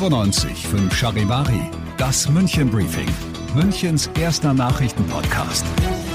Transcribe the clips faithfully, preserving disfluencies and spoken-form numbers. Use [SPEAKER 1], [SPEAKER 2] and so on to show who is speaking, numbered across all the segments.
[SPEAKER 1] fünfundneunzig Komma fünf Charivari, das München Briefing, Münchens erster Nachrichtenpodcast.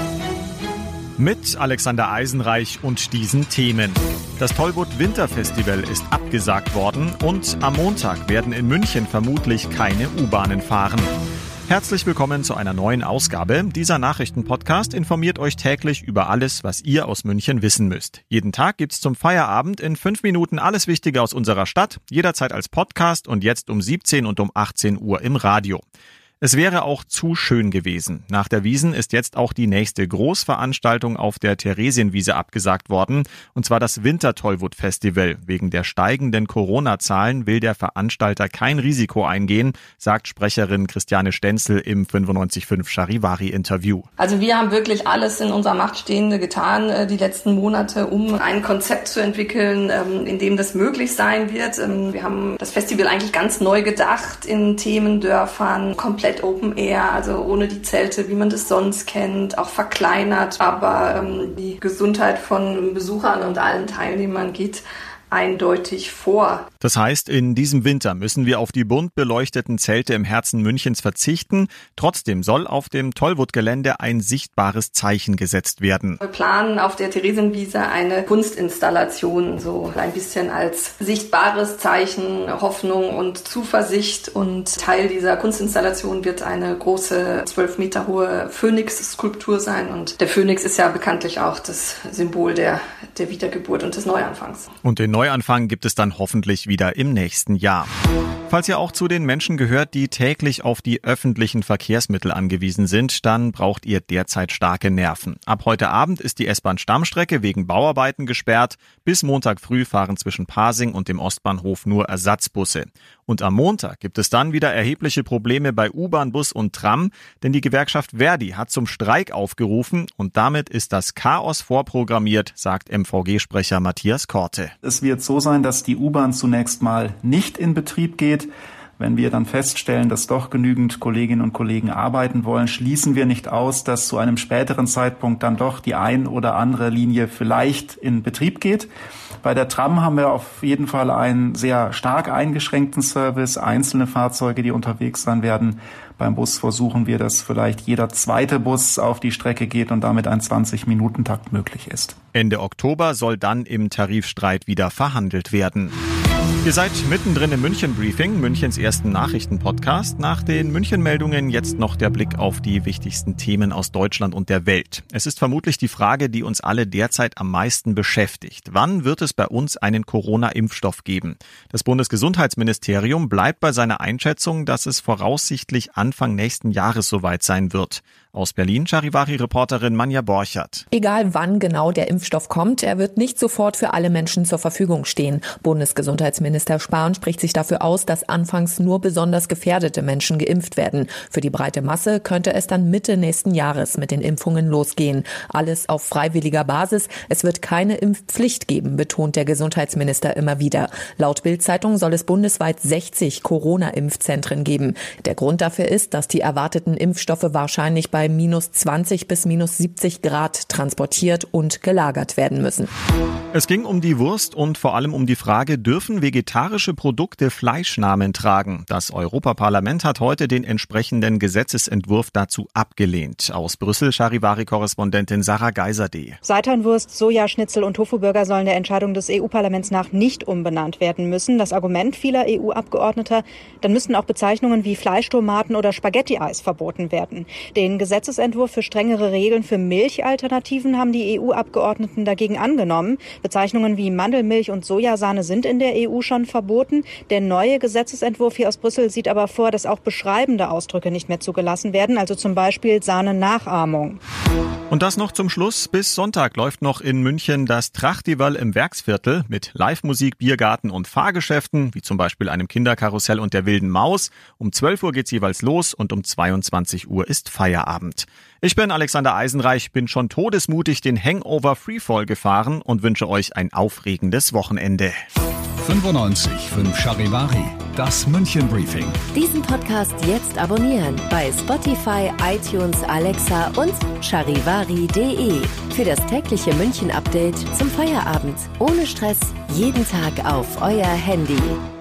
[SPEAKER 2] Mit Alexander Eisenreich und diesen Themen. Das Tollwood Winterfestival ist abgesagt worden und am Montag werden in München vermutlich keine U-Bahnen fahren. Herzlich willkommen zu einer neuen Ausgabe. Dieser Nachrichtenpodcast informiert euch täglich über alles, was ihr aus München wissen müsst. Jeden Tag gibt's zum Feierabend in fünf Minuten alles Wichtige aus unserer Stadt, jederzeit als Podcast und jetzt um siebzehn und um achtzehn Uhr im Radio. Es wäre auch zu schön gewesen. Nach der Wiesn ist jetzt auch die nächste Großveranstaltung auf der Theresienwiese abgesagt worden, und zwar das Winter-Tollwood-Festival. Wegen der steigenden Corona-Zahlen will der Veranstalter kein Risiko eingehen, sagt Sprecherin Christiane Stenzel im fünfundneunzig Komma fünf Charivari-Interview.
[SPEAKER 3] Also wir haben wirklich alles in unserer Macht Stehende getan, die letzten Monate, um ein Konzept zu entwickeln, in dem das möglich sein wird. Wir haben das Festival eigentlich ganz neu gedacht, in Themendörfern, komplett Open Air, also ohne die Zelte, wie man das sonst kennt, auch verkleinert, aber ähm, die Gesundheit von Besuchern und allen Teilnehmern geht eindeutig vor.
[SPEAKER 2] Das heißt, in diesem Winter müssen wir auf die bunt beleuchteten Zelte im Herzen Münchens verzichten. Trotzdem soll auf dem Tollwood-Gelände ein sichtbares Zeichen gesetzt werden.
[SPEAKER 3] Wir planen auf der Theresienwiese eine Kunstinstallation, so ein bisschen als sichtbares Zeichen, Hoffnung und Zuversicht. Und Teil dieser Kunstinstallation wird eine große, zwölf Meter hohe Phönix-Skulptur sein. Und der Phönix ist ja bekanntlich auch das Symbol der, der Wiedergeburt und des Neuanfangs.
[SPEAKER 2] Und den Neuanfang gibt es dann hoffentlich wieder im nächsten Jahr. Falls ihr auch zu den Menschen gehört, die täglich auf die öffentlichen Verkehrsmittel angewiesen sind, dann braucht ihr derzeit starke Nerven. Ab heute Abend ist die S-Bahn-Stammstrecke wegen Bauarbeiten gesperrt. Bis Montag früh fahren zwischen Pasing und dem Ostbahnhof nur Ersatzbusse. Und am Montag gibt es dann wieder erhebliche Probleme bei U-Bahn, Bus und Tram, denn die Gewerkschaft Verdi hat zum Streik aufgerufen und damit ist das Chaos vorprogrammiert, sagt M V G-Sprecher Matthias Korte.
[SPEAKER 4] Es wird so sein, dass die U-Bahn zunächst mal nicht in Betrieb geht. Wenn wir dann feststellen, dass doch genügend Kolleginnen und Kollegen arbeiten wollen, schließen wir nicht aus, dass zu einem späteren Zeitpunkt dann doch die ein oder andere Linie vielleicht in Betrieb geht. Bei der Tram haben wir auf jeden Fall einen sehr stark eingeschränkten Service, einzelne Fahrzeuge, die unterwegs sein werden. Beim Bus versuchen wir, dass vielleicht jeder zweite Bus auf die Strecke geht und damit ein zwanzig-Minuten-Takt möglich ist.
[SPEAKER 2] Ende Oktober soll dann im Tarifstreit wieder verhandelt werden. Ihr seid mittendrin im München-Briefing, Münchens ersten Nachrichtenpodcast. Nach den München-Meldungen jetzt noch der Blick auf die wichtigsten Themen aus Deutschland und der Welt. Es ist vermutlich die Frage, die uns alle derzeit am meisten beschäftigt. Wann wird es bei uns einen Corona-Impfstoff geben? Das Bundesgesundheitsministerium bleibt bei seiner Einschätzung, dass es voraussichtlich Anfang nächsten Jahres soweit sein wird. Aus Berlin Charivari-Reporterin Manja Borchert.
[SPEAKER 5] Egal wann genau der Impfstoff kommt, er wird nicht sofort für alle Menschen zur Verfügung stehen. Bundesgesundheitsminister Spahn spricht sich dafür aus, dass anfangs nur besonders gefährdete Menschen geimpft werden. Für die breite Masse könnte es dann Mitte nächsten Jahres mit den Impfungen losgehen. Alles auf freiwilliger Basis. Es wird keine Impfpflicht geben, betont der Gesundheitsminister immer wieder. Laut Bild-Zeitung soll es bundesweit sechzig Corona-Impfzentren geben. Der Grund dafür ist, dass die erwarteten Impfstoffe wahrscheinlich bei minus zwanzig bis minus siebzig Grad transportiert und gelagert werden müssen.
[SPEAKER 2] Es ging um die Wurst und vor allem um die Frage, dürfen vegetarische Produkte Fleischnamen tragen? Das Europaparlament hat heute den entsprechenden Gesetzesentwurf dazu abgelehnt. Aus Brüssel Charivari-Korrespondentin Sarah Geiserde.
[SPEAKER 6] Seitanwurst, Sojaschnitzel und Tofuburger sollen der Entscheidung des E U-Parlaments nach nicht umbenannt werden müssen. Das Argument vieler E U-Abgeordneter, dann müssten auch Bezeichnungen wie Fleischtomaten oder Spaghetti-Eis verboten werden. Den Gesetzesentwurf für strengere Regeln für Milchalternativen haben die E U-Abgeordneten dagegen angenommen. Bezeichnungen wie Mandelmilch und Sojasahne sind in der E U schon verboten. Der neue Gesetzesentwurf hier aus Brüssel sieht aber vor, dass auch beschreibende Ausdrücke nicht mehr zugelassen werden, also zum Beispiel Sahne-Nachahmung.
[SPEAKER 2] Und das noch zum Schluss. Bis Sonntag läuft noch in München das Trachtival im Werksviertel mit Live-Musik, Biergarten und Fahrgeschäften, wie zum Beispiel einem Kinderkarussell und der wilden Maus. Um zwölf Uhr geht's jeweils los und um zweiundzwanzig Uhr ist Feierabend. Ich bin Alexander Eisenreich, bin schon todesmutig den Hangover Freefall gefahren und wünsche euch ein aufregendes Wochenende.
[SPEAKER 1] fünfundneunzig Komma fünf Charivari, das München Briefing.
[SPEAKER 7] Diesen Podcast jetzt abonnieren bei Spotify, iTunes, Alexa und charivari punkt de für das tägliche München-Update zum Feierabend. Ohne Stress, jeden Tag auf euer Handy.